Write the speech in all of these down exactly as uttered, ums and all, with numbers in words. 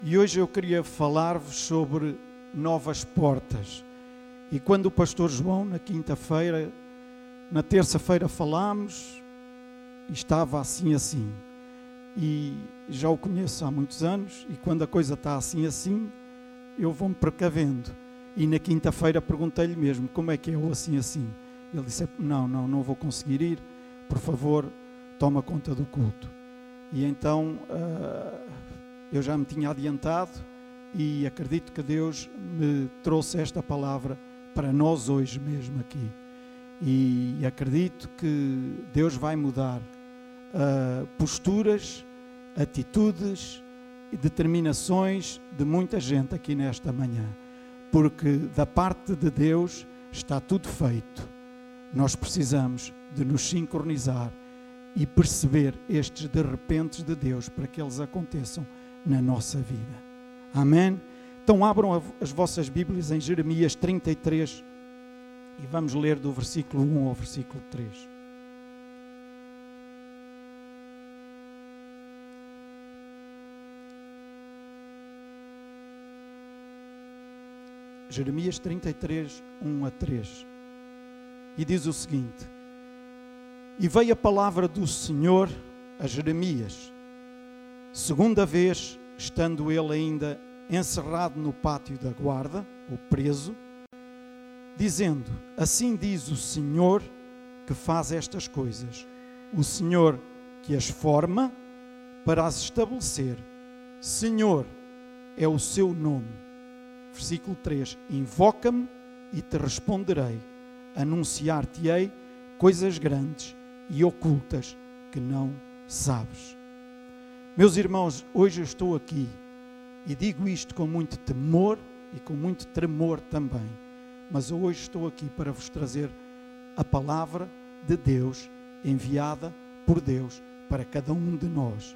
E hoje eu queria falar-vos sobre novas portas. E quando o pastor João, na quinta-feira, na terça-feira falámos, e estava assim, assim. E já o conheço há muitos anos, e quando a coisa está assim, assim, eu vou-me precavendo. E na quinta-feira perguntei-lhe mesmo, como é que é o assim, assim? Ele disse, não, não, não vou conseguir ir, por favor, toma conta do culto. E então... Uh, eu já me tinha adiantado e acredito que Deus me trouxe esta palavra para nós hoje mesmo aqui. E acredito que Deus vai mudar uh, posturas, atitudes e determinações de muita gente aqui nesta manhã. Porque da parte de Deus está tudo feito. Nós precisamos de nos sincronizar e perceber estes de repentes de Deus para que eles aconteçam na nossa vida. Amém? Então abram as vossas Bíblias em Jeremias trinta e três e vamos ler do versículo um ao versículo três. Jeremias trinta e três, um a três. E diz o seguinte: E veio a palavra do Senhor a Jeremias, segunda vez, estando ele ainda encerrado no pátio da guarda, ou preso, dizendo, assim diz o Senhor que faz estas coisas, o Senhor que as forma para as estabelecer. Senhor é o seu nome. Versículo três, invoca-me e te responderei, anunciar-te-ei coisas grandes e ocultas que não sabes. Meus irmãos, hoje eu estou aqui e digo isto com muito temor e com muito tremor também, mas eu hoje estou aqui para vos trazer a palavra de Deus enviada por Deus para cada um de nós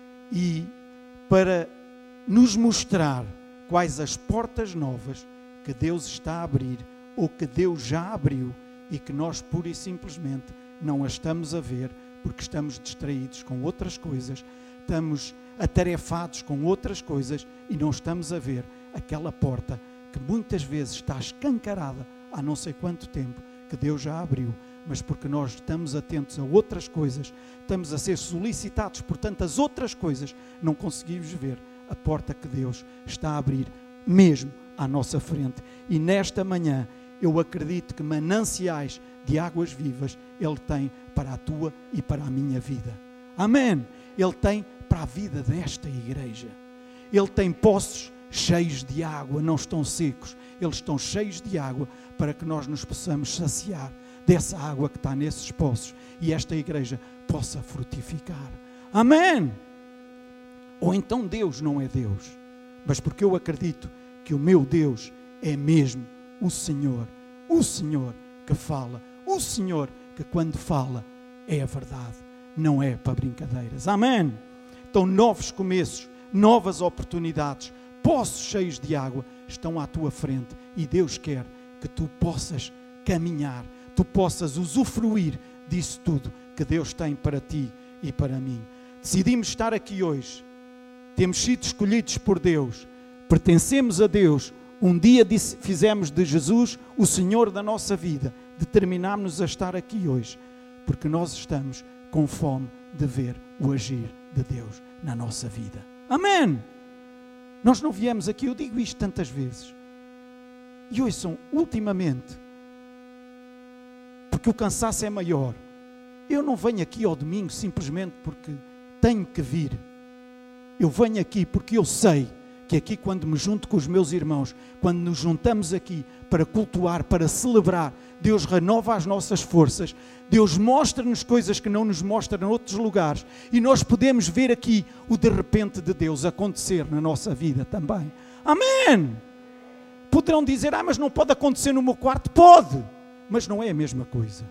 e para nos mostrar quais as portas novas que Deus está a abrir ou que Deus já abriu e que nós pura e simplesmente não as estamos a ver porque estamos distraídos com outras coisas. Estamos atarefados com outras coisas e não estamos a ver aquela porta que muitas vezes está escancarada há não sei quanto tempo, que Deus já abriu, mas porque nós estamos atentos a outras coisas, estamos a ser solicitados por tantas outras coisas, não conseguimos ver a porta que Deus está a abrir mesmo à nossa frente. E nesta manhã eu acredito que mananciais de águas vivas Ele tem para a tua e para a minha vida. Amém! Ele tem para a vida desta igreja. Ele tem poços cheios de água, não estão secos. Eles estão cheios de água para que nós nos possamos saciar dessa água que está nesses poços e esta igreja possa frutificar. Amém! Ou então Deus não é Deus, mas porque eu acredito que o meu Deus é mesmo o Senhor. O Senhor que fala. O Senhor que quando fala é a verdade. Não é para brincadeiras. Amém? Então novos começos, novas oportunidades, poços cheios de água estão à tua frente e Deus quer que tu possas caminhar, tu possas usufruir disso tudo que Deus tem para ti e para mim. Decidimos estar aqui hoje, temos sido escolhidos por Deus, pertencemos a Deus, um dia disse, fizemos de Jesus o Senhor da nossa vida, determinámos-nos a estar aqui hoje, porque nós estamos com fome de ver o agir de Deus na nossa vida. Amém! Nós não viemos aqui, eu digo isto tantas vezes. E ouçam, ultimamente, porque o cansaço é maior, eu não venho aqui ao domingo simplesmente porque tenho que vir. Eu venho aqui porque eu sei que aqui quando me junto com os meus irmãos, quando nos juntamos aqui para cultuar, para celebrar, Deus renova as nossas forças, Deus mostra-nos coisas que não nos mostra em outros lugares e nós podemos ver aqui o de repente de Deus acontecer na nossa vida também. Amém! Poderão dizer, ah, mas não pode acontecer no meu quarto? Pode, mas não é a mesma coisa.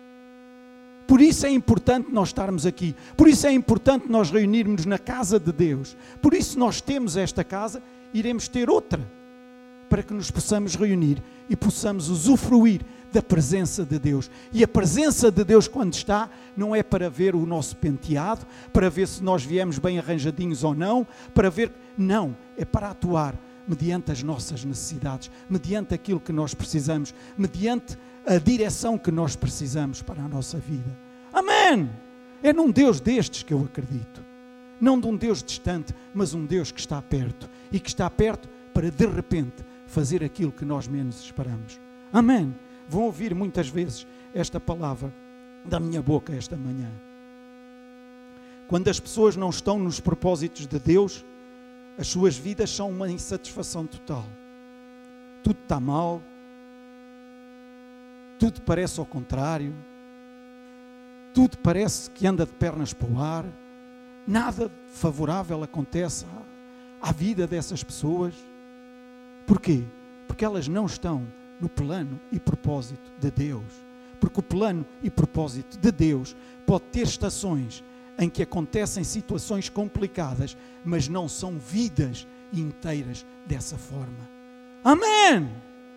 Por isso é importante nós estarmos aqui, por isso é importante nós reunirmos na casa de Deus, por isso nós temos esta casa, iremos ter outra, para que nos possamos reunir e possamos usufruir da presença de Deus. E a presença de Deus, quando está, não é para ver o nosso penteado, para ver se nós viemos bem arranjadinhos ou não, para ver... Não, é para atuar mediante as nossas necessidades, mediante aquilo que nós precisamos, mediante a direção que nós precisamos para a nossa vida. Amém! É num Deus destes que eu acredito. Não de um Deus distante, mas um Deus que está perto. E que está perto para, de repente, fazer aquilo que nós menos esperamos. Amém! Vão ouvir muitas vezes esta palavra da minha boca esta manhã. Quando as pessoas não estão nos propósitos de Deus, as suas vidas são uma insatisfação total. Tudo está mal, tudo parece ao contrário, tudo parece que anda de pernas para o ar, nada favorável acontece à, à vida dessas pessoas. Porquê? Porque elas não estão no plano e propósito de Deus. Porque o plano e propósito de Deus pode ter estações em que acontecem situações complicadas, mas não são vidas inteiras dessa forma. Amém!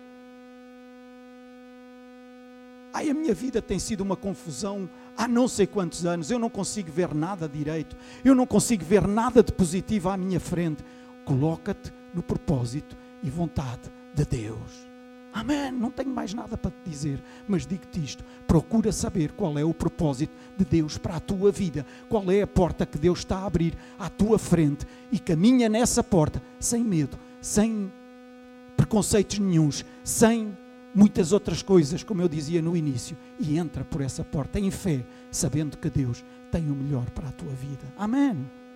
Ai, a minha vida tem sido uma confusão há não sei quantos anos, eu não consigo ver nada direito, eu não consigo ver nada de positivo à minha frente. Coloca-te no propósito e vontade de Deus. Amém, não tenho mais nada para te dizer, mas digo-te isto, procura saber qual é o propósito de Deus para a tua vida, qual é a porta que Deus está a abrir à tua frente e caminha nessa porta sem medo, sem preconceitos nenhuns, sem muitas outras coisas, como eu dizia no início, e entra por essa porta em fé, sabendo que Deus tem o melhor para a tua vida. Amém.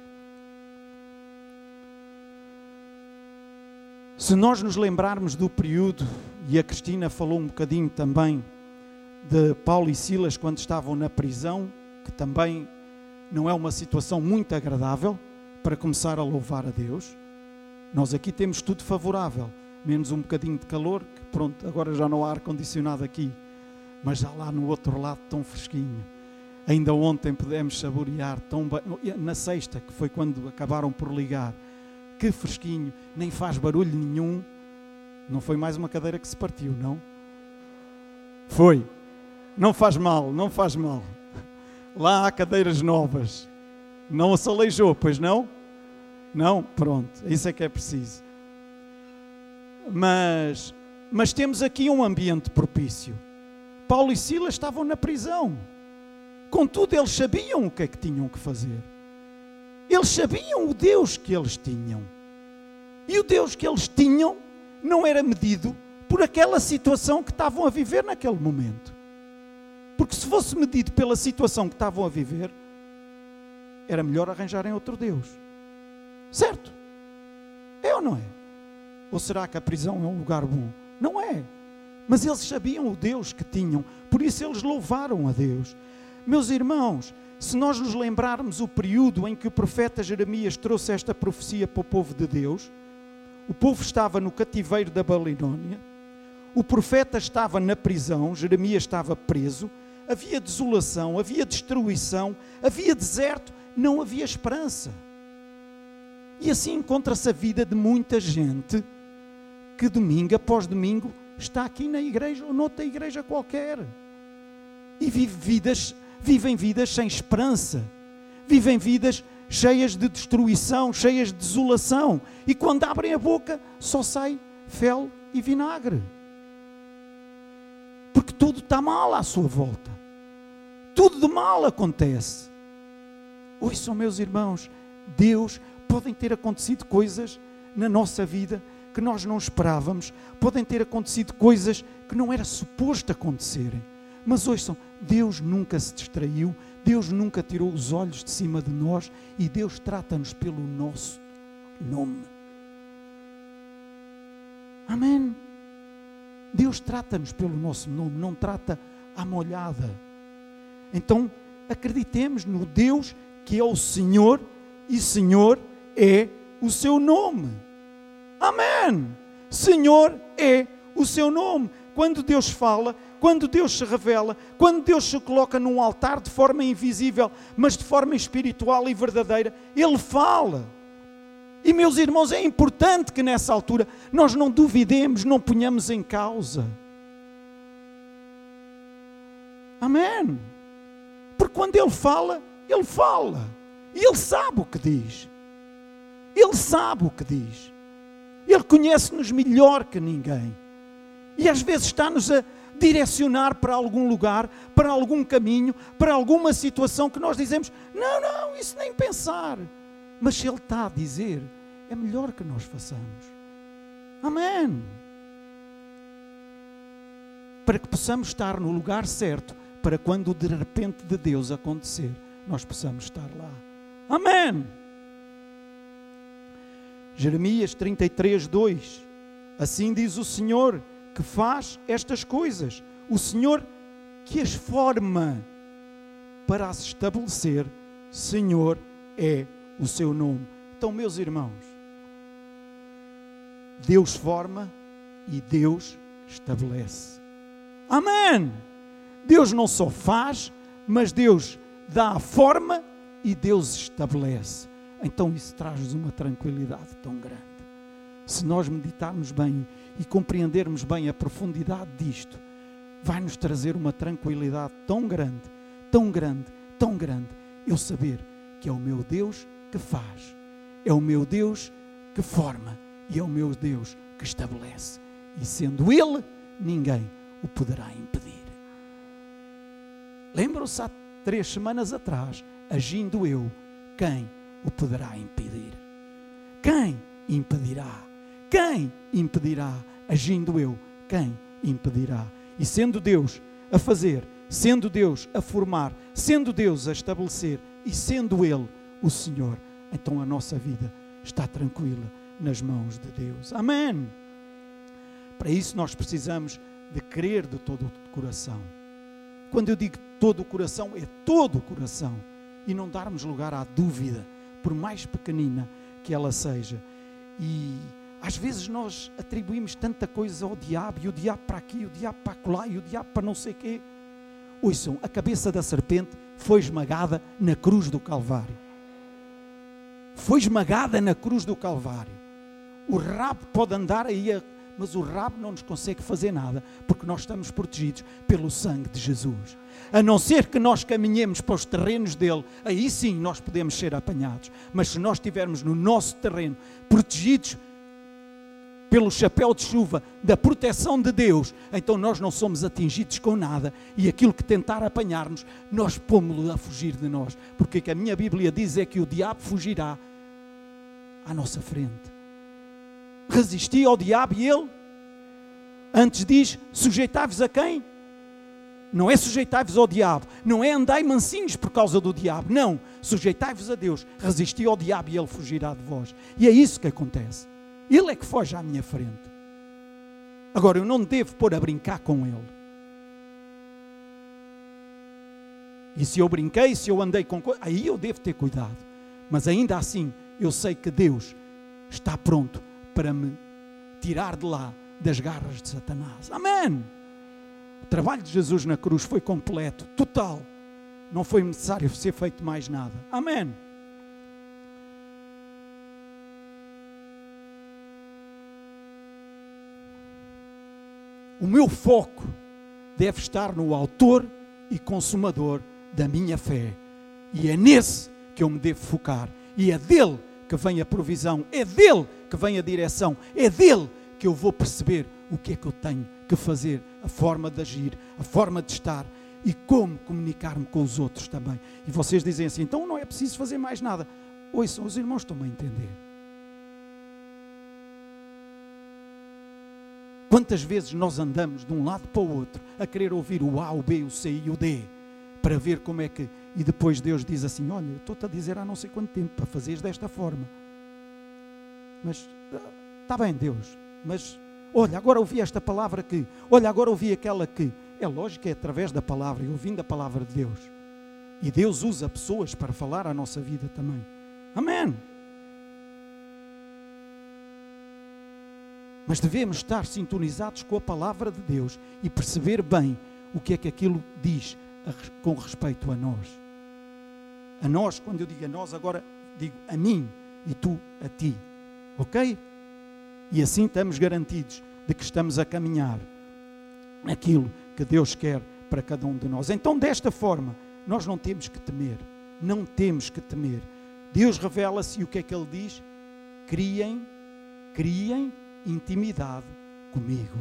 Se nós nos lembrarmos do período, e a Cristina falou um bocadinho também de Paulo e Silas quando estavam na prisão, que também não é uma situação muito agradável para começar a louvar a Deus. Nós aqui temos tudo favorável, menos um bocadinho de calor, que pronto, agora já não há ar-condicionado aqui, mas já lá no outro lado tão fresquinho. Ainda ontem pudemos saborear, tão bem, na sexta, que foi quando acabaram por ligar, que fresquinho, nem faz barulho nenhum. Não foi mais uma cadeira que se partiu, não? Foi. Não faz mal, não faz mal. Lá há cadeiras novas. Não se aleijou, pois não? Não? Pronto, isso é que é preciso. Mas, mas temos aqui um ambiente propício. Paulo e Silas estavam na prisão. Contudo, eles sabiam o que é que tinham que fazer. Eles sabiam o Deus que eles tinham. E o Deus que eles tinham não era medido por aquela situação que estavam a viver naquele momento. Porque se fosse medido pela situação que estavam a viver, era melhor arranjarem outro Deus. Certo? É ou não é? Ou será que a prisão é um lugar bom? Não é. Mas eles sabiam o Deus que tinham, por isso eles louvaram a Deus. Meus irmãos, se nós nos lembrarmos o período em que o profeta Jeremias trouxe esta profecia para o povo de Deus, o povo estava no cativeiro da Babilônia, o profeta estava na prisão, Jeremias estava preso, havia desolação, havia destruição, havia deserto, não havia esperança. E assim encontra-se a vida de muita gente que domingo após domingo está aqui na igreja ou noutra igreja qualquer e vive vidas, vivem vidas sem esperança, vivem vidas cheias de destruição, cheias de desolação, e quando abrem a boca só sai fel e vinagre, porque tudo está mal à sua volta, tudo de mal acontece. Ouçam, meus irmãos, Deus, podem ter acontecido coisas na nossa vida que nós não esperávamos, podem ter acontecido coisas que não era suposto acontecerem, mas ouçam, Deus nunca se distraiu, Deus nunca tirou os olhos de cima de nós e Deus trata-nos pelo nosso nome. Amém? Deus trata-nos pelo nosso nome, não trata à molhada. Então, acreditemos no Deus que é o Senhor e Senhor é o seu nome. Amém! Senhor é o seu nome. Quando Deus fala, quando Deus se revela, quando Deus se coloca num altar de forma invisível, mas de forma espiritual e verdadeira, Ele fala. E, meus irmãos, é importante que nessa altura nós não duvidemos, não ponhamos em causa. Amém? Porque quando Ele fala, Ele fala. E Ele sabe o que diz. Ele sabe o que diz. Ele conhece-nos melhor que ninguém. E às vezes está-nos a direcionar para algum lugar, para algum caminho, para alguma situação que nós dizemos, não, não, isso nem pensar. Mas se Ele está a dizer, é melhor que nós façamos. Amém. Para que possamos estar no lugar certo, para quando de repente de Deus acontecer, nós possamos estar lá. Amém. Jeremias trinta e três, dois. Assim diz o Senhor que faz estas coisas. O Senhor que as forma para as estabelecer. Senhor é o seu nome. Então, meus irmãos, Deus forma e Deus estabelece. Amém! Deus não só faz, mas Deus dá a forma e Deus estabelece. Então isso traz-nos uma tranquilidade tão grande. Se nós meditarmos bem e compreendermos bem a profundidade disto, vai-nos trazer uma tranquilidade tão grande, tão grande, tão grande. Eu saber que é o meu Deus que faz, é o meu Deus que forma e é o meu Deus que estabelece. E sendo Ele, ninguém o poderá impedir. Lembram-se há três semanas atrás, agindo eu, quem o poderá impedir? Quem impedirá? Quem impedirá? Agindo eu, quem impedirá? E sendo Deus a fazer, sendo Deus a formar, sendo Deus a estabelecer e sendo Ele o Senhor, então a nossa vida está tranquila nas mãos de Deus. Amém! Para isso nós precisamos de crer de todo o coração. Quando eu digo todo o coração, é todo o coração. E não darmos lugar à dúvida, por mais pequenina que ela seja. E às vezes nós atribuímos tanta coisa ao diabo, e o diabo para aqui, o diabo para acolá, e o diabo para não sei quê. Ouçam, a cabeça da serpente foi esmagada na cruz do Calvário. Foi esmagada na cruz do Calvário. O rabo pode andar aí, a, mas o rabo não nos consegue fazer nada, porque nós estamos protegidos pelo sangue de Jesus. A não ser que nós caminhemos para os terrenos dele, aí sim nós podemos ser apanhados. Mas se nós estivermos no nosso terreno, protegidos pelo chapéu de chuva da proteção de Deus, então nós não somos atingidos com nada, e aquilo que tentar apanhar-nos, nós pomos-lo a fugir de nós, porque o que a minha Bíblia diz é que o diabo fugirá à nossa frente. Resisti ao diabo e ele, antes diz, sujeitai-vos a quem? Não é sujeitai-vos ao diabo, não é andai mansinhos por causa do diabo, não, sujeitai-vos a Deus, resisti ao diabo e ele fugirá de vós. E é isso que acontece. Ele é que foge à minha frente. Agora, eu não devo pôr a brincar com ele. E se eu brinquei, se eu andei com coisa, aí eu devo ter cuidado. Mas ainda assim, eu sei que Deus está pronto para me tirar de lá, das garras de Satanás. Amém! O trabalho de Jesus na cruz foi completo, total. Não foi necessário ser feito mais nada. Amém! O meu foco deve estar no autor e consumador da minha fé. E é nesse que eu me devo focar. E é dele que vem a provisão, é dele que vem a direção, é dele que eu vou perceber o que é que eu tenho que fazer, a forma de agir, a forma de estar e como comunicar-me com os outros também. E vocês dizem assim, então não é preciso fazer mais nada. Ouçam, os irmãos estão a entender. Quantas vezes nós andamos de um lado para o outro a querer ouvir o A, o B, o C e o D para ver como é que... E depois Deus diz assim, olha, eu estou-te a dizer há não sei quanto tempo para fazeres desta forma. Mas, está bem Deus, mas olha, agora ouvi esta palavra que... Olha, agora ouvi aquela que... É lógico que é através da palavra e ouvindo a palavra de Deus. E Deus usa pessoas para falar à nossa vida também. Amém! Mas devemos estar sintonizados com a palavra de Deus e perceber bem o que é que aquilo diz a, com respeito a nós. A nós, quando eu digo a nós, agora digo a mim e tu a ti. Ok? E assim estamos garantidos de que estamos a caminhar aquilo que Deus quer para cada um de nós. Então, desta forma, nós não temos que temer. Não temos que temer. Deus revela-se e o que é que Ele diz? Criem, criem intimidade comigo.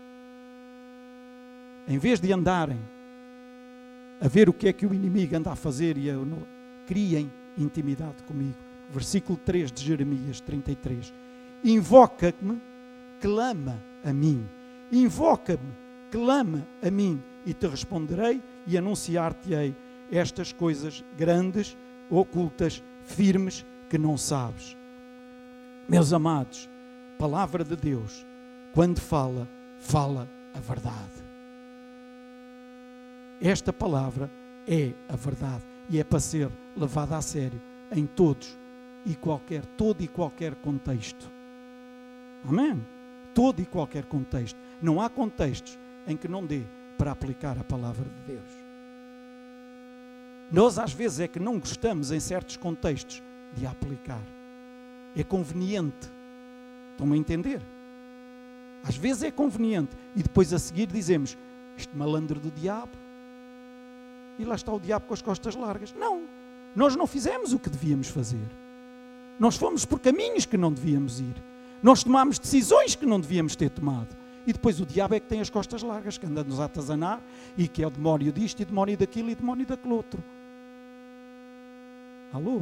Em vez de andarem a ver o que é que o inimigo anda a fazer, e a, no, criem intimidade comigo. Versículo três de Jeremias trinta e três. Invoca-me, clama a mim. Invoca-me, clama a mim, e te responderei e anunciar-te-ei estas coisas grandes, ocultas, firmes, que não sabes. Meus amados, palavra de Deus, quando fala, fala a verdade. Esta palavra é a verdade e é para ser levada a sério em todos e qualquer, todo e qualquer contexto. Amém? Todo e qualquer contexto. Não há contextos em que não dê para aplicar a palavra de Deus. Nós às vezes é que não gostamos em certos contextos de a aplicar. É conveniente. Estão-me a entender? Às vezes é conveniente e depois a seguir dizemos, este malandro do diabo, e lá está o diabo com as costas largas. Não, nós não fizemos o que devíamos fazer. Nós fomos por caminhos que não devíamos ir. Nós tomámos decisões que não devíamos ter tomado. E depois o diabo é que tem as costas largas, que anda-nos a atazanar, e que é o demónio disto, e demónio daquilo, e demónio daquele outro. Alô?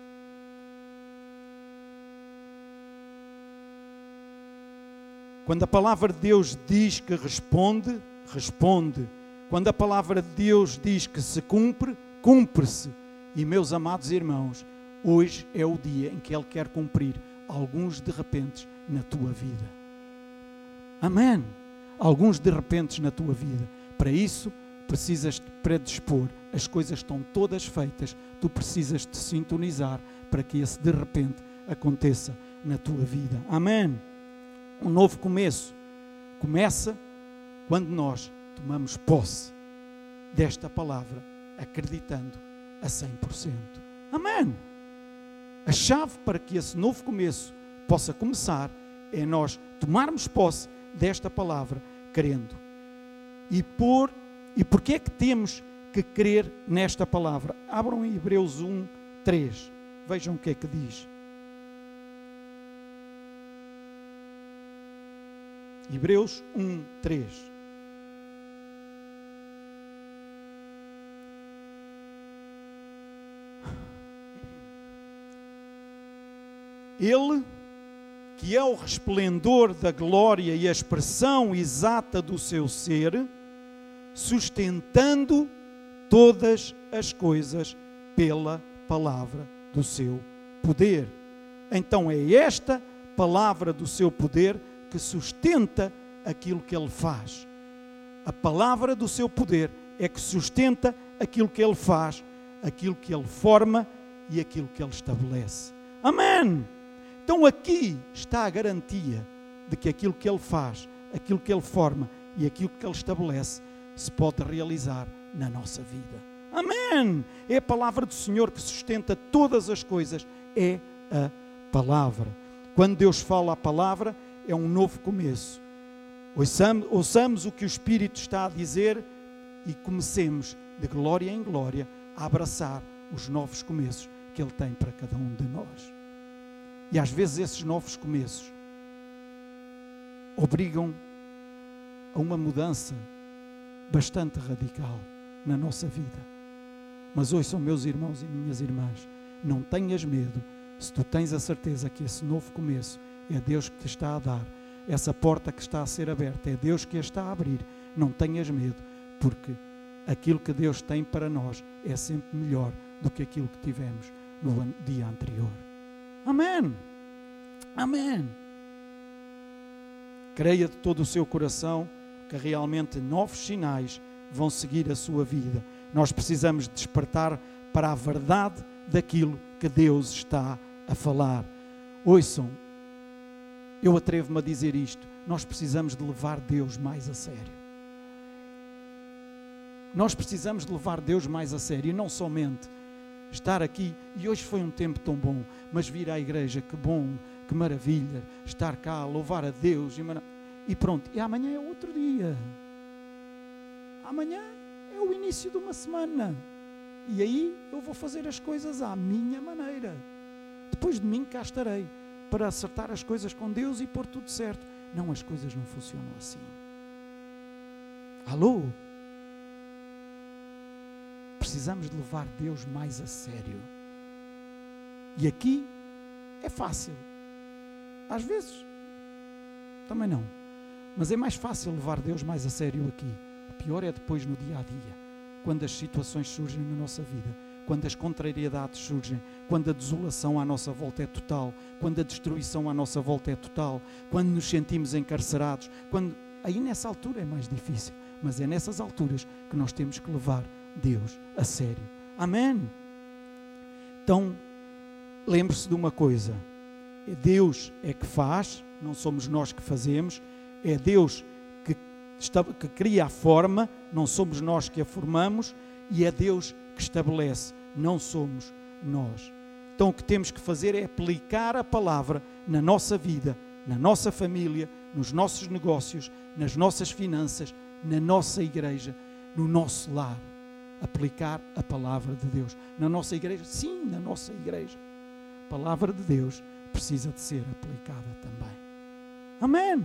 Quando a palavra de Deus diz que responde, responde. Quando a palavra de Deus diz que se cumpre, cumpre-se. E meus amados irmãos, hoje é o dia em que Ele quer cumprir alguns de repentes na tua vida. Amém? Alguns de repentes na tua vida. Para isso, precisas te predispor. As coisas estão todas feitas. Tu precisas te sintonizar para que esse de repente aconteça na tua vida. Amém? Um novo começo começa quando nós tomamos posse desta palavra, acreditando a cem por cento. Amém? A chave para que esse novo começo possa começar é nós tomarmos posse desta palavra, crendo. E, por, e porquê é que temos que crer nesta palavra? Abram em Hebreus um, três. Vejam o que é que diz. Hebreus um, três. Ele, que é o resplendor da glória e a expressão exata do seu ser, sustentando todas as coisas pela palavra do seu poder. Então é esta palavra do seu poder que sustenta aquilo que Ele faz. A palavra do seu poder é que sustenta aquilo que Ele faz, aquilo que Ele forma e aquilo que Ele estabelece. Amém! Então aqui está a garantia de que aquilo que Ele faz, aquilo que Ele forma e aquilo que Ele estabelece se pode realizar na nossa vida. Amém! É a palavra do Senhor que sustenta todas as coisas. É a palavra. Quando Deus fala a palavra, é um novo começo. Ouçamos, ouçamos o que o Espírito está a dizer e comecemos de glória em glória a abraçar os novos começos que Ele tem para cada um de nós. E às vezes esses novos começos obrigam a uma mudança bastante radical na nossa vida. Mas ouçam, meus irmãos e minhas irmãs, não tenhas medo se tu tens a certeza que esse novo começo é Deus que te está a dar, essa porta que está a ser aberta, é Deus que a está a abrir. Não tenhas medo, porque aquilo que Deus tem para nós é sempre melhor do que aquilo que tivemos no dia anterior. Amém! Amém! Creia de todo o seu coração que realmente novos sinais vão seguir a sua vida. Nós precisamos despertar para a verdade daquilo que Deus está a falar. Ouçam, eu atrevo-me a dizer isto, nós precisamos de levar Deus mais a sério. Nós precisamos de levar Deus mais a sério e não somente estar aqui, e hoje foi um tempo tão bom, mas vir à igreja, que bom, que maravilha estar cá, louvar a Deus. E, mara... e pronto, e amanhã é outro dia. Amanhã é o início de uma semana. E aí eu vou fazer as coisas à minha maneira. Depois de mim cá estarei para acertar as coisas com Deus e pôr tudo certo. Não, as coisas não funcionam assim. Alô? Precisamos de levar Deus mais a sério. E aqui é fácil. Às vezes, também não. Mas é mais fácil levar Deus mais a sério aqui. O pior é depois no dia a dia, quando as situações surgem na nossa vida, quando as contrariedades surgem, quando a desolação à nossa volta é total, quando a destruição à nossa volta é total, quando nos sentimos encarcerados, quando... aí nessa altura é mais difícil. Mas é nessas alturas que nós temos que levar Deus a sério. Amém? Então, lembre-se de uma coisa. Deus é que faz, não somos nós que fazemos. É Deus que, está, que cria a forma, não somos nós que a formamos. E é Deus que estabelece, não somos nós. Então o que temos que fazer é aplicar a palavra na nossa vida, na nossa família, nos nossos negócios, nas nossas finanças, na nossa igreja, no nosso lar. Aplicar a palavra de Deus. Na nossa igreja? Sim, na nossa igreja. A palavra de Deus precisa de ser aplicada também. Amém.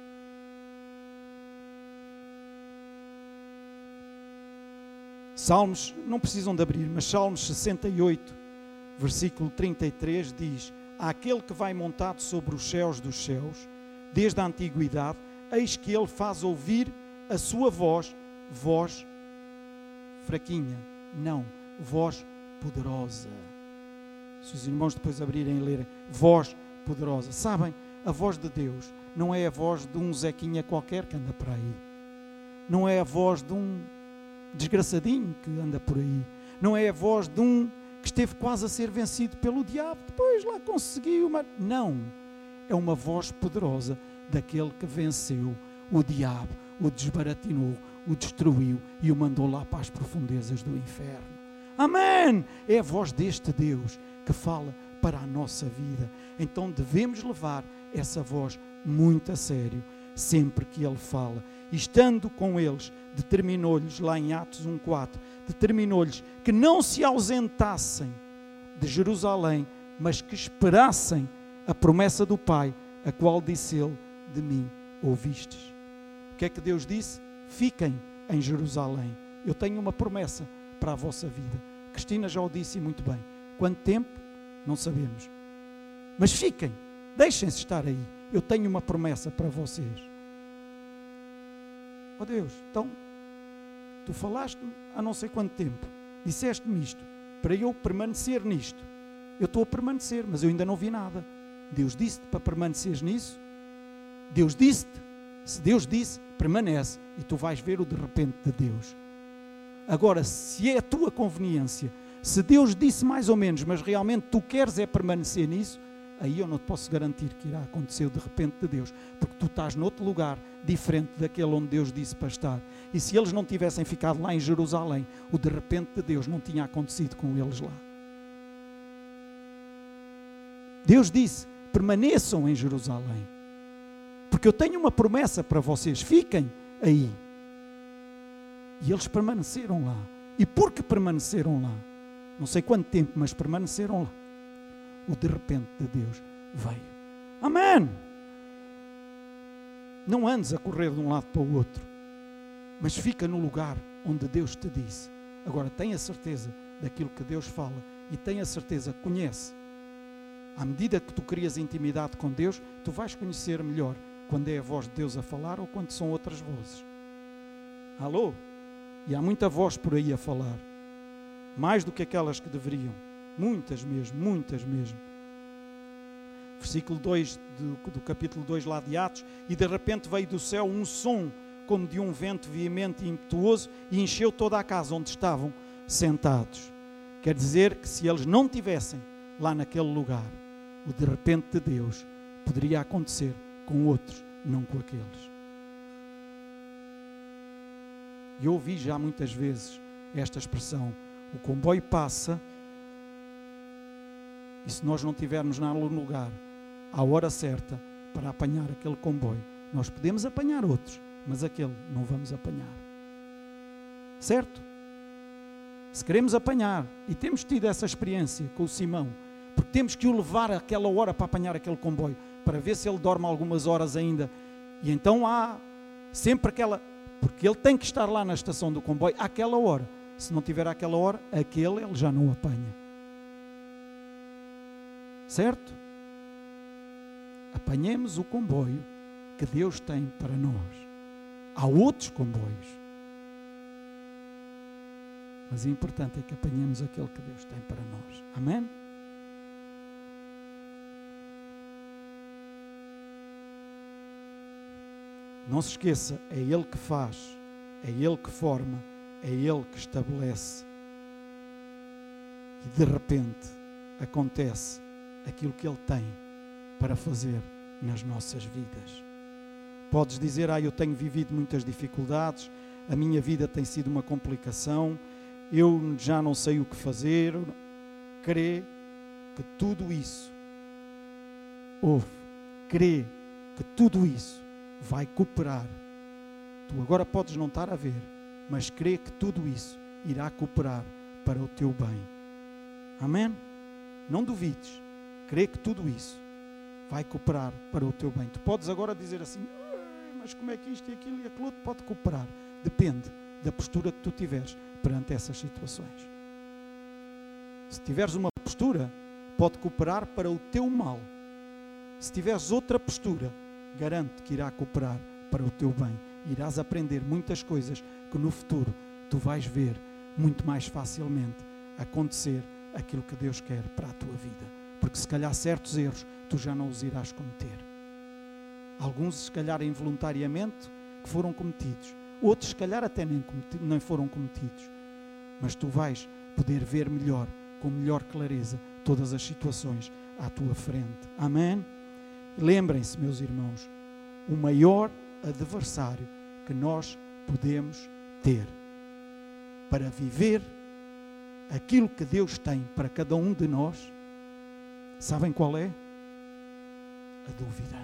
Salmos, não precisam de abrir, mas Salmos sessenta e oito, versículo trinta e três diz: àquele que vai montado sobre os céus dos céus, desde a antiguidade, eis que ele faz ouvir a sua voz, voz fraquinha, não, voz poderosa. Se os irmãos depois abrirem e lerem, voz poderosa. Sabem, a voz de Deus não é a voz de um Zequinha qualquer que anda por aí. Não é a voz de um desgraçadinho que anda por aí. Não é a voz de um que esteve quase a ser vencido pelo diabo, depois lá conseguiu, mas não. É uma voz poderosa daquele que venceu o diabo, o desbaratinou, o destruiu e o mandou lá para as profundezas do inferno. Amém! É a voz deste Deus que fala para a nossa vida. Então devemos levar essa voz muito a sério, sempre que Ele fala. E estando com eles, determinou-lhes, lá em Atos um quatro, determinou-lhes que não se ausentassem de Jerusalém, mas que esperassem a promessa do Pai, a qual disse Ele, de mim ouvistes. O que é que Deus disse? Fiquem em Jerusalém. Eu tenho uma promessa para a vossa vida. Cristina já o disse muito bem. Quanto tempo? Não sabemos. Mas fiquem, deixem-se estar aí. Eu tenho uma promessa para vocês. Ó Deus, então, tu falaste-me há não sei quanto tempo. Disseste-me isto, para eu permanecer nisto. Eu estou a permanecer, mas eu ainda não vi nada. Deus disse-te para permaneceres nisso? Deus disse-te? Se Deus disse, permanece. E tu vais ver o de repente de Deus. Agora, se é a tua conveniência, se Deus disse mais ou menos, mas realmente tu queres é permanecer nisso, aí eu não te posso garantir que irá acontecer o de repente de Deus, porque tu estás noutro lugar diferente daquele onde Deus disse para estar. E se eles não tivessem ficado lá em Jerusalém, o de repente de Deus não tinha acontecido com eles lá. Deus disse, permaneçam em Jerusalém, porque eu tenho uma promessa para vocês, fiquem aí. E eles permaneceram lá. E porque permaneceram lá, não sei quanto tempo, mas permaneceram lá, o de repente de Deus veio. Amém! Não andes a correr de um lado para o outro, mas fica no lugar onde Deus te disse. Agora tenha certeza daquilo que Deus fala e tenha certeza, conhece. À medida que tu crias intimidade com Deus, tu vais conhecer melhor quando é a voz de Deus a falar ou quando são outras vozes. Alô? E há muita voz por aí a falar, mais do que aquelas que deveriam. Muitas mesmo, muitas mesmo. Versículo dois do, do capítulo dois lá de Atos. E de repente veio do céu um som como de um vento veemente e impetuoso e encheu toda a casa onde estavam sentados. Quer dizer que se eles não tivessem lá naquele lugar, o de repente de Deus poderia acontecer com outros, não com aqueles. E eu ouvi já muitas vezes esta expressão: o comboio passa e se nós não estivermos no lugar à hora certa para apanhar aquele comboio. Nós podemos apanhar outros, mas aquele não vamos apanhar. Certo? Se queremos apanhar, e temos tido essa experiência com o Simão, porque temos que o levar àquela hora para apanhar aquele comboio, para ver se ele dorme algumas horas ainda. E então há sempre aquela... Porque ele tem que estar lá na estação do comboio àquela hora. Se não tiver àquela hora, aquele ele já não apanha. Certo? Apanhemos o comboio que Deus tem para nós. Há outros comboios. Mas o importante é que apanhemos aquele que Deus tem para nós. Amém? Não se esqueça, é Ele que faz, é Ele que forma, é Ele que estabelece. E de repente acontece aquilo que Ele tem para fazer nas nossas vidas. Podes dizer, ah, eu tenho vivido muitas dificuldades, a minha vida tem sido uma complicação, eu já não sei o que fazer. Crê que tudo isso, ouve, crê que tudo isso vai cooperar. Tu agora podes não estar a ver, mas crê que tudo isso irá cooperar para o teu bem. Amém? Não duvides. Crê que tudo isso vai cooperar para o teu bem. Tu podes agora dizer assim, mas como é que isto e aquilo e aquilo outro pode cooperar? Depende da postura que tu tiveres perante essas situações. Se tiveres uma postura, pode cooperar para o teu mal. Se tiveres outra postura, garanto que irá cooperar para o teu bem. Irás aprender muitas coisas que no futuro tu vais ver muito mais facilmente acontecer aquilo que Deus quer para a tua vida. Porque se calhar certos erros tu já não os irás cometer. Alguns se calhar involuntariamente que foram cometidos. Outros se calhar até nem, cometi- nem foram cometidos. Mas tu vais poder ver melhor, com melhor clareza, todas as situações à tua frente. Amém? Lembrem-se, meus irmãos, o maior adversário que nós podemos ter para viver aquilo que Deus tem para cada um de nós, sabem qual é? A dúvida.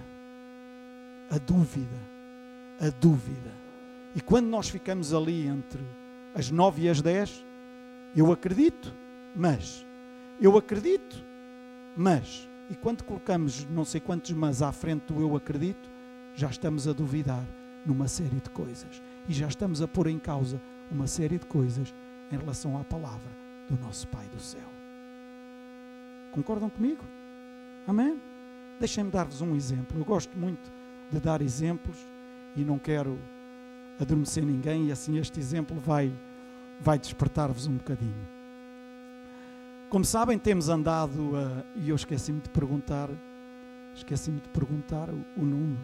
A dúvida. A dúvida. E quando nós ficamos ali entre as nove e as dez, eu acredito, mas, eu acredito, mas... E quando colocamos não sei quantos mas à frente do eu acredito, já estamos a duvidar numa série de coisas. E já estamos a pôr em causa uma série de coisas em relação à palavra do nosso Pai do céu. Concordam comigo? Amém? Deixem-me dar-vos um exemplo. Eu gosto muito de dar exemplos e não quero adormecer ninguém, e assim este exemplo vai, vai despertar-vos um bocadinho. Como sabem, temos andado, uh, e eu esqueci-me de perguntar, esqueci-me de perguntar o, o nome.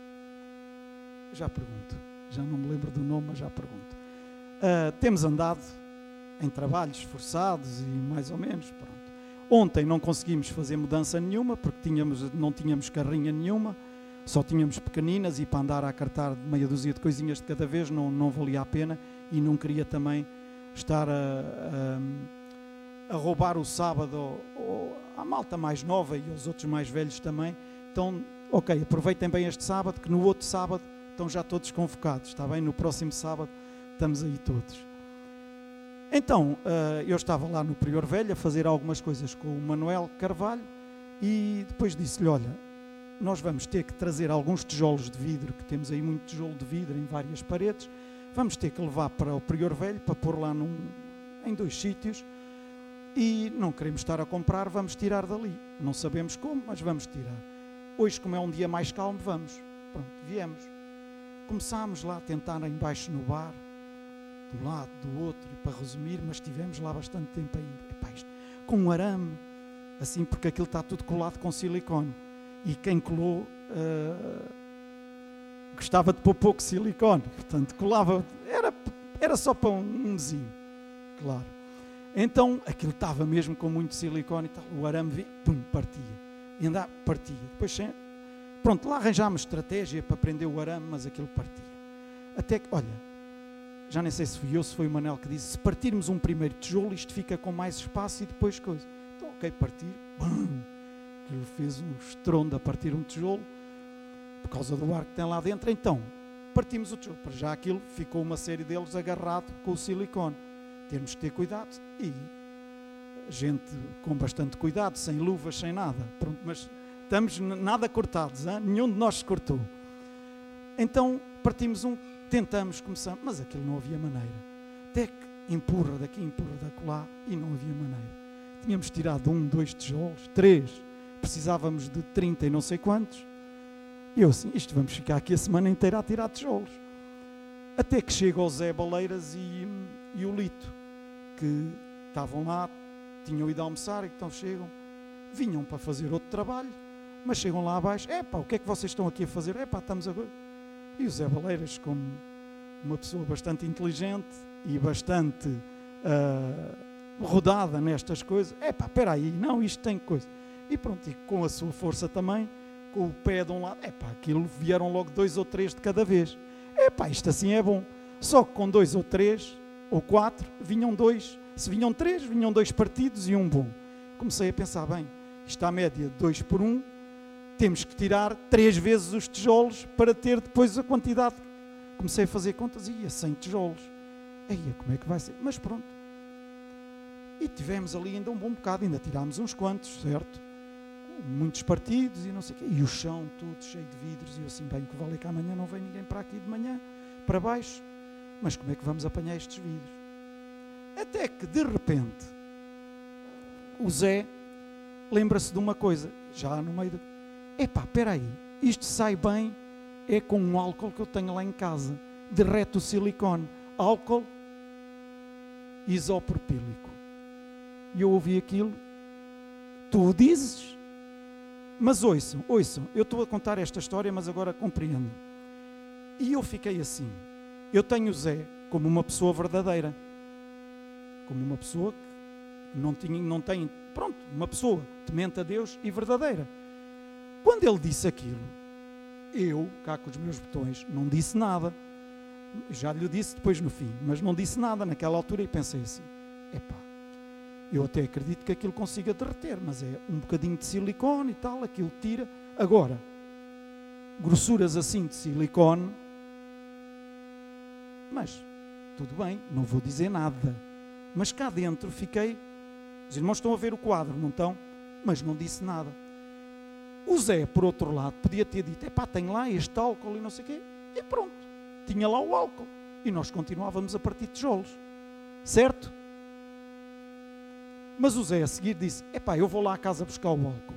Já pergunto, já não me lembro do nome, mas já pergunto. Uh, temos andado em trabalhos forçados e mais ou menos, pronto. Ontem não conseguimos fazer mudança nenhuma, porque tínhamos, não tínhamos carrinha nenhuma, só tínhamos pequeninas, e para andar a cartar meia dúzia de coisinhas de cada vez não, não valia a pena, e não queria também estar a... a a roubar o sábado à malta mais nova e aos outros mais velhos também. Então, ok, aproveitem bem este sábado, que no outro sábado estão já todos convocados, está bem? No próximo sábado estamos aí todos. Então, eu estava lá no Prior Velho a fazer algumas coisas com o Manuel Carvalho e depois disse-lhe, olha, nós vamos ter que trazer alguns tijolos de vidro, que temos aí muito tijolo de vidro em várias paredes, vamos ter que levar para o Prior Velho para pôr lá num, em dois sítios. E não queremos estar a comprar, vamos tirar dali. Não sabemos como, mas vamos tirar. Hoje, como é um dia mais calmo, vamos. Pronto, viemos. Começámos lá a tentar embaixo no bar, de um lado, do outro, e para resumir, mas estivemos lá bastante tempo ainda. Epá, isto, com um arame, assim, porque aquilo está tudo colado com silicone. E quem colou uh, gostava de pôr pouco silicone. Portanto, colava, era, era só para um, um mesinho, claro. Então, aquilo estava mesmo com muito silicone e tal. O arame vinha, pum, partia. E andava, partia. Depois, pronto, lá arranjámos estratégia para prender o arame, mas aquilo partia. Até que, olha, já nem sei se fui eu, se foi o Manel que disse, se partirmos um primeiro tijolo, isto fica com mais espaço e depois coisa. Então, ok, partir, bum, aquilo fez um estrondo a partir um tijolo, por causa do ar que tem lá dentro. Então, partimos o tijolo. Para já aquilo ficou uma série deles agarrado com o silicone. Temos que ter cuidado e gente com bastante cuidado, sem luvas, sem nada. Pronto, mas estamos nada cortados, hein? Nenhum de nós se cortou. Então partimos um, tentamos, começamos, mas aquilo não havia maneira. Até que empurra daqui, empurra da lá e não havia maneira. Tínhamos tirado um, dois tijolos, três, precisávamos de trinta e não sei quantos. E eu assim, isto vamos ficar aqui a semana inteira a tirar tijolos. Até que chega o Zé Baleiras e, e o Lito, que estavam lá, tinham ido almoçar, e então chegam, vinham para fazer outro trabalho, mas chegam lá abaixo, epá, o que é que vocês estão aqui a fazer? Epá, estamos agora. E o Zé Baleiras, como uma pessoa bastante inteligente e bastante uh, rodada nestas coisas, epá, espera aí, não, isto tem coisa. E pronto, e com a sua força também, com o pé de um lado, epá, aquilo vieram logo dois ou três de cada vez. Epá, isto assim é bom. Só que com dois ou três, ou quatro, vinham dois. Se vinham três, vinham dois partidos e um bom. Comecei a pensar, bem, isto à média dois por um, temos que tirar três vezes os tijolos para ter depois a quantidade. Comecei a fazer contas e ia cem tijolos. Eia, como é que vai ser? Mas pronto. E tivemos ali ainda um bom bocado, ainda tirámos uns quantos, certo? Muitos partidos e não sei o quê. E o chão todo cheio de vidros. E eu assim, bem, que vale que amanhã não vem ninguém para aqui de manhã, para baixo. Mas como é que vamos apanhar estes vidros? Até que, de repente, o Zé lembra-se de uma coisa, já no meio de... Epá, espera aí, isto sai bem, é com um álcool que eu tenho lá em casa. Derrete o silicone. Álcool isopropílico. E eu ouvi aquilo. Tu o dizes? Mas ouçam, ouçam, eu estou a contar esta história, mas agora compreendo. E eu fiquei assim. Eu tenho o Zé como uma pessoa verdadeira. Como uma pessoa que não, tinha, não tem, pronto, uma pessoa temente a Deus e verdadeira. Quando ele disse aquilo, eu, cá com os meus botões, não disse nada. Já lhe disse depois no fim, mas não disse nada naquela altura e pensei assim, epá, eu até acredito que aquilo consiga derreter, mas é um bocadinho de silicone e tal, aquilo tira. Agora, grossuras assim de silicone, mas tudo bem, não vou dizer nada. Mas cá dentro fiquei, os irmãos estão a ver o quadro, não estão? Mas não disse nada. O Zé, por outro lado, podia ter dito, epá, tem lá este álcool e não sei o quê, e pronto, tinha lá o álcool. E nós continuávamos a partir tijolos, certo? Mas o Zé a seguir disse, epá, eu vou lá à casa buscar o álcool.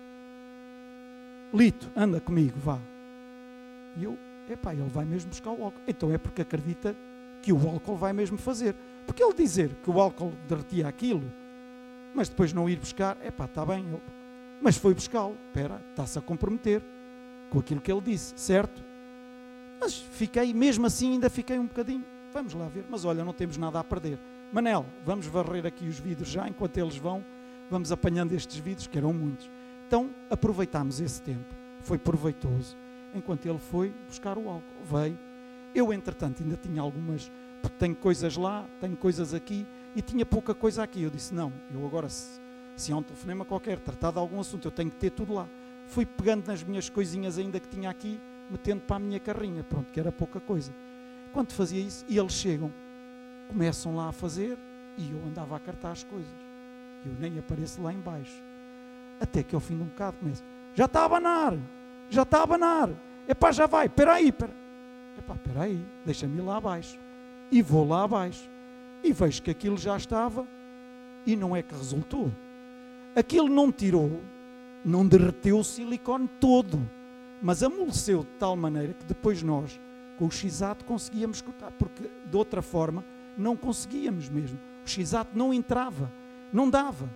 Lito, anda comigo, vá. E eu, epá, ele vai mesmo buscar o álcool. Então é porque acredita que o álcool vai mesmo fazer. Porque ele dizer que o álcool derretia aquilo, mas depois não ir buscar, epá, está bem, ele, mas foi buscá-lo. Espera, está-se a comprometer com aquilo que ele disse, certo? Mas fiquei, mesmo assim, ainda fiquei um bocadinho. Vamos lá ver, mas olha, não temos nada a perder. Manel, vamos varrer aqui os vidros já, enquanto eles vão, vamos apanhando estes vidros, que eram muitos. Então, aproveitámos esse tempo, foi proveitoso, enquanto ele foi buscar o álcool. Veio, eu, entretanto, ainda tinha algumas, porque tenho coisas lá, tenho coisas aqui, e tinha pouca coisa aqui. Eu disse, não, eu agora, se, se há um telefonema qualquer, tratar de algum assunto, eu tenho que ter tudo lá. Fui pegando nas minhas coisinhas ainda que tinha aqui, metendo para a minha carrinha, pronto, que era pouca coisa. Quando fazia isso, e eles chegam, começam lá a fazer, e eu andava a cartar as coisas. Eu nem apareço lá em baixo. Até que ao fim de um bocado começo, já está a abanar, já está a abanar. Epá, já vai, espera aí, espera. Epá, espera aí, deixa-me ir lá abaixo. E vou lá abaixo. E vejo que aquilo já estava, e não é que resultou. Aquilo não tirou, não derreteu o silicone todo, mas amoleceu de tal maneira que depois nós, com o X-Ato, conseguíamos cortar, porque de outra forma não conseguíamos mesmo. O X-Ato não entrava, não dava.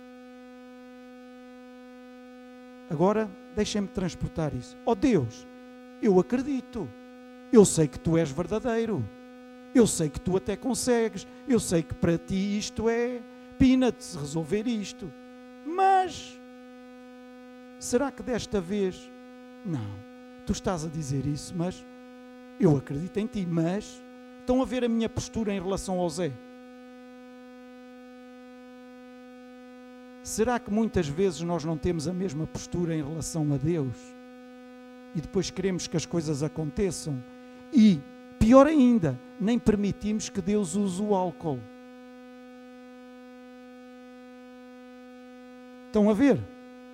Agora, deixem-me transportar isso. Oh Deus, eu acredito. Eu sei que tu és verdadeiro. Eu sei que tu até consegues. Eu sei que para ti isto é peanuts, resolver isto. Mas, será que desta vez... Não, tu estás a dizer isso, mas eu acredito em ti. Mas, estão a ver a minha postura em relação ao Zé? Será que muitas vezes nós não temos a mesma postura em relação a Deus? E depois queremos que as coisas aconteçam? E, pior ainda, nem permitimos que Deus use o álcool. Estão a ver?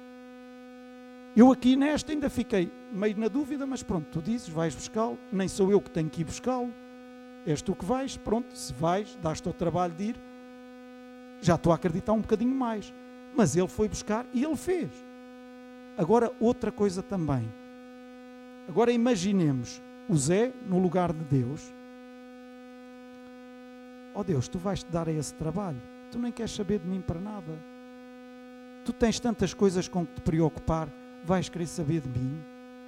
Eu aqui nesta ainda fiquei meio na dúvida, mas pronto, tu dizes, vais buscá-lo, nem sou eu que tenho que ir buscá-lo, és tu que vais, pronto, se vais, dás-te ao trabalho de ir, já estou a acreditar um bocadinho mais. Mas ele foi buscar e ele fez. Agora, outra coisa também. Agora imaginemos o Zé no lugar de Deus. Oh Deus, tu vais-te dar a esse trabalho, tu nem queres saber de mim para nada. Tu tens tantas coisas com que te preocupar, vais querer saber de mim?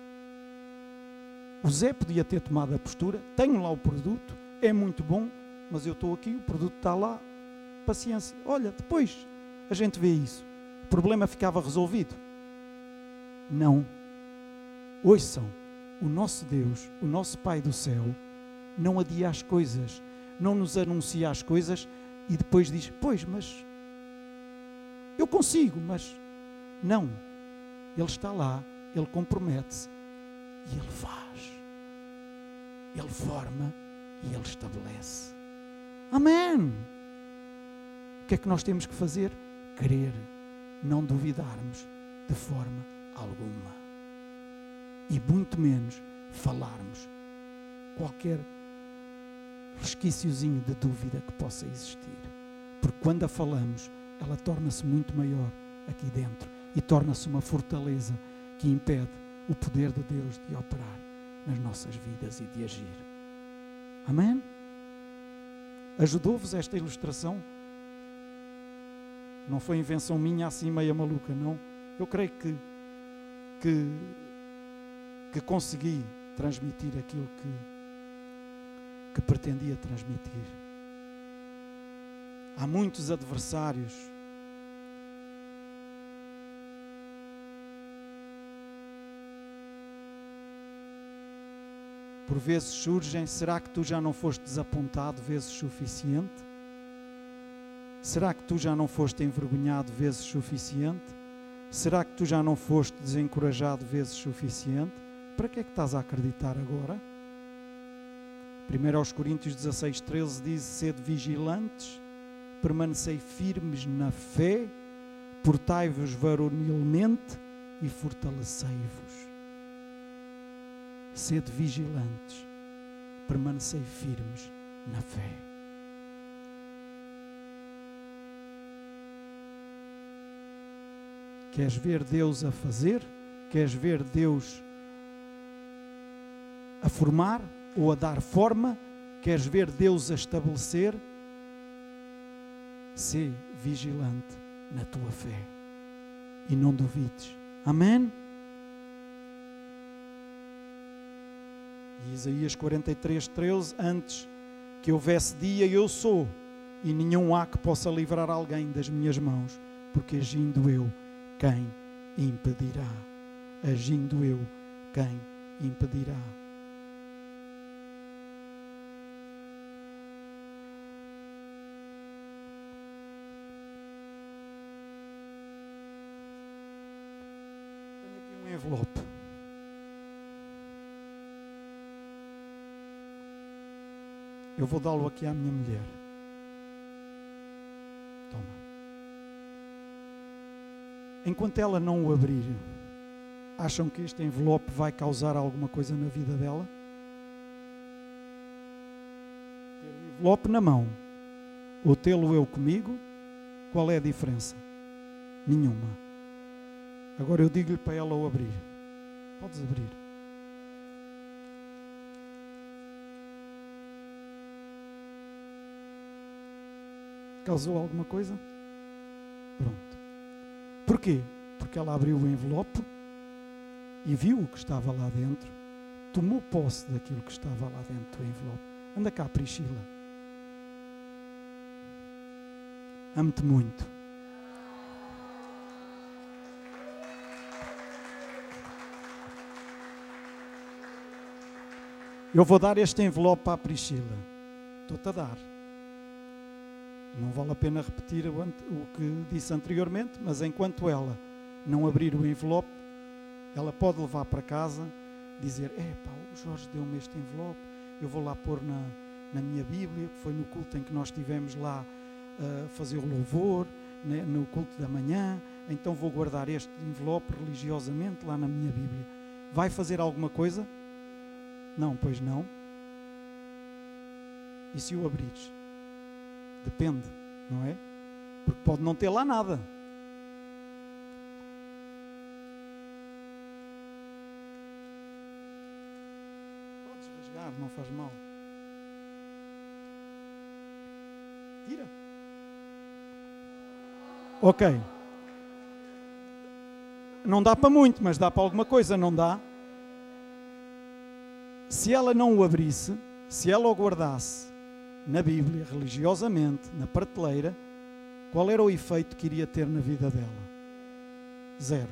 O Zé podia ter tomado a postura, tenho lá o produto, é muito bom, mas eu estou aqui, o produto está lá, paciência. Olha, depois a gente vê isso. O problema ficava resolvido. Não. Ouçam, o nosso Deus, o nosso Pai do céu, não adia as coisas, não nos anuncia as coisas e depois diz, pois, mas eu consigo, mas não. Ele está lá, ele compromete-se e ele faz. Ele forma e ele estabelece. Amém! O que é que nós temos que fazer? Crer, não duvidarmos de forma alguma. E muito menos falarmos qualquer resquíciozinho de dúvida que possa existir. Porque quando a falamos, ela torna-se muito maior aqui dentro e torna-se uma fortaleza que impede o poder de Deus de operar nas nossas vidas e de agir. Amém? Ajudou-vos esta ilustração? Não foi invenção minha assim meia maluca, não. Eu creio que, que, que consegui transmitir aquilo que, que pretendia transmitir. Há muitos adversários. Por vezes surgem, será que tu já não foste desapontado vezes suficiente? Será que tu já não foste envergonhado vezes suficiente? Será que tu já não foste desencorajado vezes suficiente? Para que é que estás a acreditar agora? primeiro aos Coríntios dezasseis, treze diz, sede vigilantes, permanecei firmes na fé, portai-vos varonilmente e fortalecei-vos. Sede vigilantes, permanecei firmes na fé. Queres ver Deus a fazer? Queres ver Deus a formar ou a dar forma? Queres ver Deus a estabelecer? Sê vigilante na tua fé e não duvides. Amém? E Isaías quarenta e três, treze, antes que houvesse dia eu sou, e nenhum há que possa livrar alguém das minhas mãos, porque agindo eu, quem impedirá? Agindo eu, quem impedirá? Tenho aqui um envelope. Eu vou dá-lo aqui à minha mulher. Toma. Enquanto ela não o abrir, acham que este envelope vai causar alguma coisa na vida dela? Ter o envelope na mão ou tê-lo eu comigo, qual é a diferença? Nenhuma. Agora eu digo-lhe para ela o abrir. Podes abrir. Causou alguma coisa? Pronto. Porquê? Porque ela abriu o envelope e viu o que estava lá dentro, tomou posse daquilo que estava lá dentro do envelope. Anda cá, Priscila. Amo-te muito. Eu vou dar este envelope à Priscila. Estou-te a dar. Não vale a pena repetir o, o que disse anteriormente, mas enquanto ela não abrir o envelope, ela pode levar para casa, dizer, é pá, o Jorge deu-me este envelope, eu vou lá pôr na, na minha Bíblia, que foi no culto em que nós estivemos lá a uh, fazer o louvor, né, no culto da manhã, então vou guardar este envelope religiosamente lá na minha Bíblia. Vai fazer alguma coisa? Não, pois não. E se o abrires? Depende, não é? Porque pode não ter lá nada. Podes rasgar, não faz mal. Tira. Ok. Não dá para muito, mas dá para alguma coisa, não dá? Se ela não o abrisse, se ela o guardasse na Bíblia, religiosamente, na prateleira, qual era o efeito que iria ter na vida dela? Zero.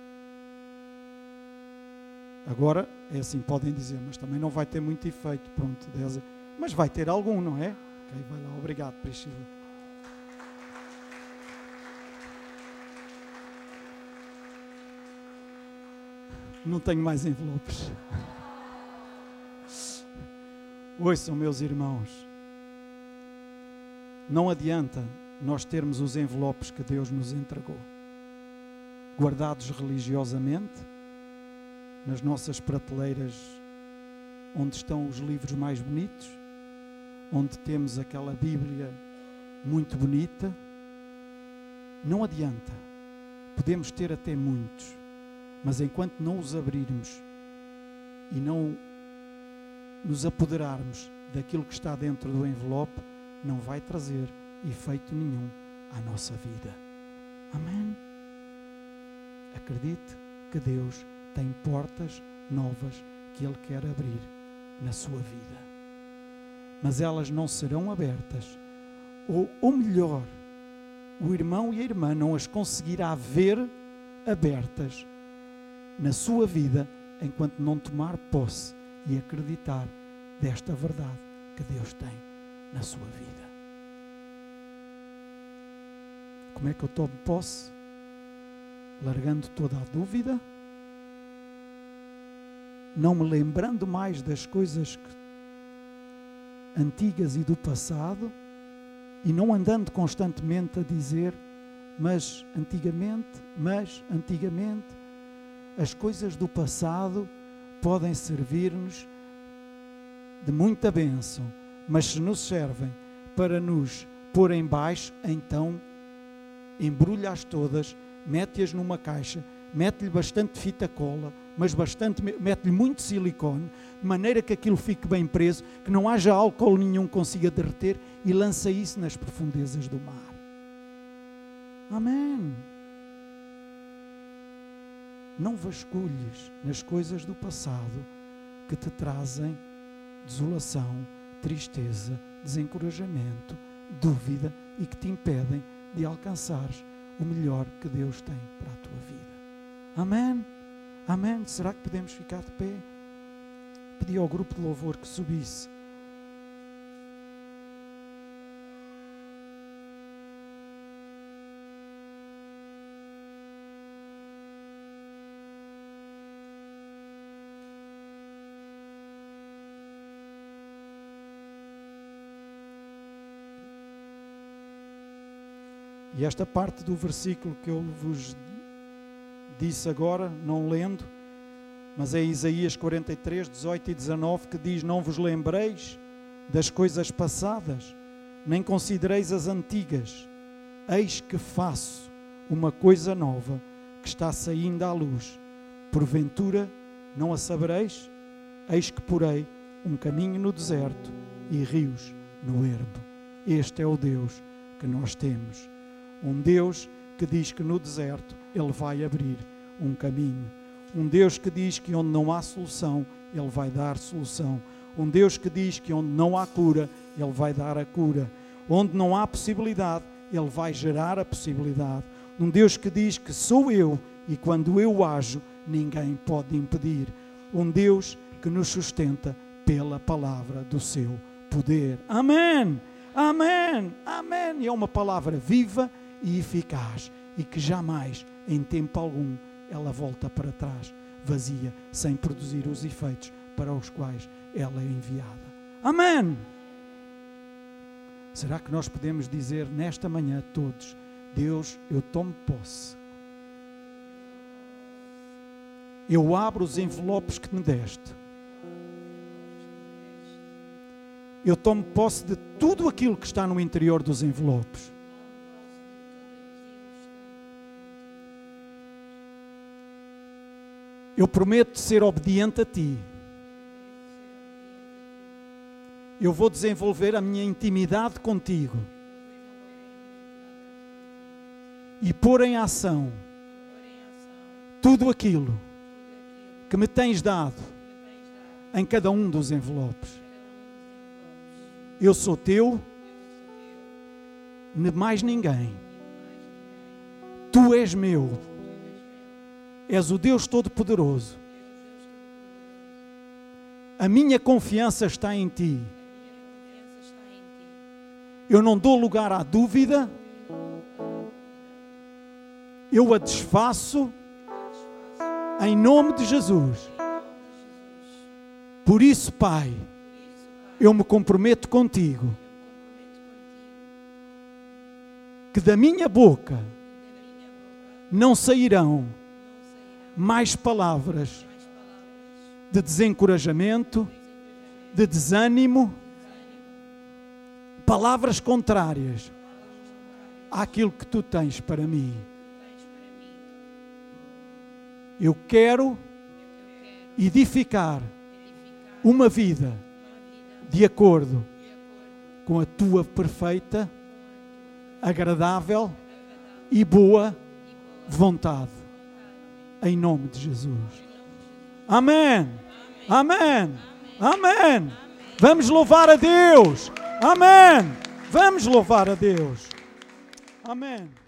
Agora, é assim, podem dizer, mas também não vai ter muito efeito, pronto, dez, mas vai ter algum, não é? Ok, vai lá, obrigado, Priscila. Não tenho mais envelopes. Ouçam, meus irmãos, não adianta nós termos os envelopes que Deus nos entregou, guardados religiosamente, nas nossas prateleiras, onde estão os livros mais bonitos, onde temos aquela Bíblia muito bonita. Não adianta. Podemos ter até muitos, mas enquanto não os abrirmos e não nos apoderarmos daquilo que está dentro do envelope, não vai trazer efeito nenhum à nossa vida. Amém? Acredite que Deus tem portas novas que Ele quer abrir na sua vida. Mas elas não serão abertas, ou, ou melhor, o irmão e a irmã não as conseguirá ver abertas na sua vida enquanto não tomar posse e acreditar desta verdade que Deus tem na sua vida. Como é que eu tomo posse? Largando toda a dúvida, não me lembrando mais das coisas que, antigas e do passado, e não andando constantemente a dizer, mas antigamente, mas antigamente, as coisas do passado podem servir-nos de muita bênção, mas se nos servem para nos pôr em baixo, então embrulha-as todas, mete-as numa caixa, mete-lhe bastante fita cola, mas bastante, mete-lhe muito silicone, de maneira que aquilo fique bem preso, que não haja álcool nenhum que consiga derreter, e lança isso nas profundezas do mar. Amém. Não vasculhes nas coisas do passado que te trazem desolação, tristeza, desencorajamento, dúvida e que te impedem de alcançares o melhor que Deus tem para a tua vida. Amém? Amém? Será que podemos ficar de pé? Pedi ao grupo de louvor que subisse. E esta parte do versículo que eu vos disse agora, não lendo, mas é Isaías quarenta e três, dezoito e dezanove, que diz: não vos lembreis das coisas passadas, nem considereis as antigas. Eis que faço uma coisa nova, que está saindo à luz. Porventura não a sabereis? Eis que porei um caminho no deserto e rios no ermo. Este é o Deus que nós temos. Um Deus que diz que no deserto Ele vai abrir um caminho. Um Deus que diz que onde não há solução, Ele vai dar solução. Um Deus que diz que onde não há cura, Ele vai dar a cura. Onde não há possibilidade, Ele vai gerar a possibilidade. Um Deus que diz que sou eu e quando eu ajo, ninguém pode impedir. Um Deus que nos sustenta pela palavra do seu poder. Amém! Amém, amém. E é uma palavra viva e eficaz e que jamais, em tempo algum, ela volta para trás, vazia, sem produzir os efeitos para os quais ela é enviada. Amém. Será que nós podemos dizer nesta manhã todos: Deus, eu tomo posse. Eu abro os envelopes que me deste. Eu tomo posse de tudo aquilo que está no interior dos envelopes. Eu prometo ser obediente a Ti. Eu vou desenvolver a minha intimidade contigo e pôr em ação tudo aquilo que me tens dado em cada um dos envelopes. Eu sou teu, mais ninguém. Tu és meu. És o Deus Todo-Poderoso. A minha confiança está em Ti. Eu não dou lugar à dúvida. Eu a desfaço em nome de Jesus. Por isso, Pai, eu me comprometo contigo que da minha boca não sairão mais palavras de desencorajamento, de desânimo, palavras contrárias àquilo que tu tens para mim. Eu quero edificar uma vida de acordo com a tua perfeita, agradável e boa vontade. Em nome de Jesus. Amém. Amém. Amém. Vamos louvar a Deus. Amém. Vamos louvar a Deus. Amém.